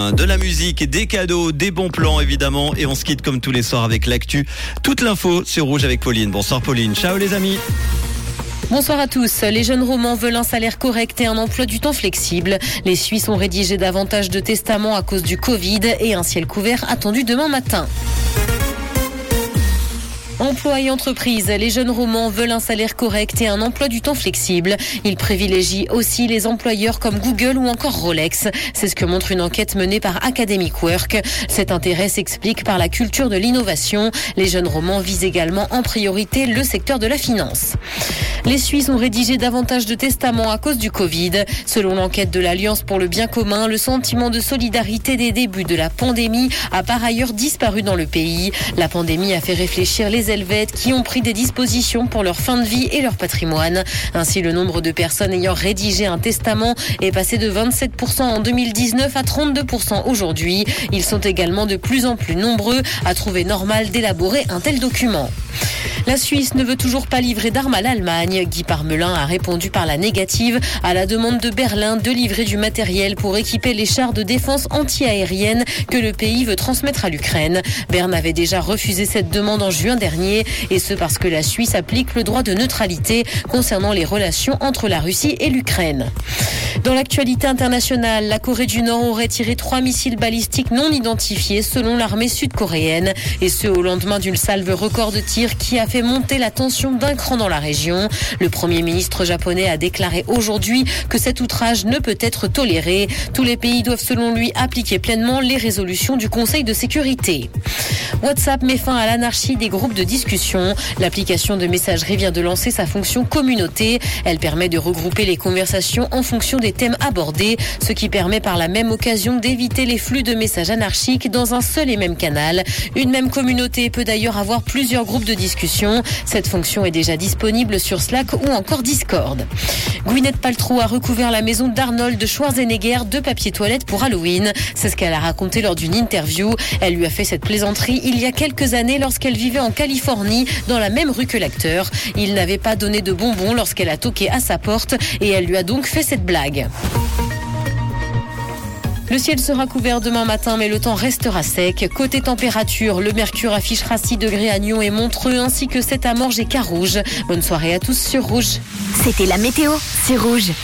plein, de la musique, des cadeaux, des bons plans évidemment. Et on se quitte comme tous les soirs avec l'actu. Toute l'info sur Rouge avec Pauline. Bonsoir Pauline, ciao les amis. Bonsoir à tous. Les jeunes romans veulent un salaire correct et un emploi du temps flexible. Les Suisses ont rédigé davantage de testaments à cause du Covid et un ciel couvert attendu demain matin. Emploi et entreprise, les jeunes romans veulent un salaire correct et un emploi du temps flexible. Ils privilégient aussi les employeurs comme Google ou encore Rolex. C'est ce que montre une enquête menée par Academic Work. Cet intérêt s'explique par la culture de l'innovation. Les jeunes romans visent également en priorité le secteur de la finance. Les Suisses ont rédigé davantage de testaments à cause du Covid. Selon l'enquête de l'Alliance pour le bien commun, le sentiment de solidarité des débuts de la pandémie a par ailleurs disparu dans le pays. La pandémie a fait réfléchir les Helvètes qui ont pris des dispositions pour leur fin de vie et leur patrimoine. Ainsi, le nombre de personnes ayant rédigé un testament est passé de 27% en 2019 à 32% aujourd'hui. Ils sont également de plus en plus nombreux à trouver normal d'élaborer un tel document. La Suisse ne veut toujours pas livrer d'armes à l'Allemagne. Guy Parmelin a répondu par la négative à la demande de Berlin de livrer du matériel pour équiper les chars de défense anti-aérienne que le pays veut transmettre à l'Ukraine. Berne avait déjà refusé cette demande en juin dernier, et ce parce que la Suisse applique le droit de neutralité concernant les relations entre la Russie et l'Ukraine. Dans l'actualité internationale, la Corée du Nord aurait tiré 3 missiles balistiques non identifiés selon l'armée sud-coréenne, et ce au lendemain d'une salve record de tirs qui a fait monter la tension d'un cran dans la région. Le Premier ministre japonais a déclaré aujourd'hui que cet outrage ne peut être toléré. Tous les pays doivent selon lui appliquer pleinement les résolutions du Conseil de sécurité. WhatsApp met fin à l'anarchie des groupes de discussion. L'application de messagerie vient de lancer sa fonction communauté. Elle permet de regrouper les conversations en fonction des thèmes abordés, ce qui permet par la même occasion d'éviter les flux de messages anarchiques dans un seul et même canal. Une même communauté peut d'ailleurs avoir plusieurs groupes de discussion. Cette fonction est déjà disponible sur Slack ou encore Discord. Gwyneth Paltrow a recouvert la maison d'Arnold Schwarzenegger de papier toilette pour Halloween. C'est ce qu'elle a raconté lors d'une interview. Elle lui a fait cette plaisanterie il y a quelques années lorsqu'elle vivait en Californie, dans la même rue que l'acteur. Il n'avait pas donné de bonbons lorsqu'elle a toqué à sa porte et elle lui a donc fait cette blague. Le ciel sera couvert demain matin, mais le temps restera sec. Côté température, le mercure affichera 6 degrés à Nyon et Montreux, ainsi que 7 à Morges et Carouge. Bonne soirée à tous sur Rouge. C'était la météo, c'est Rouge.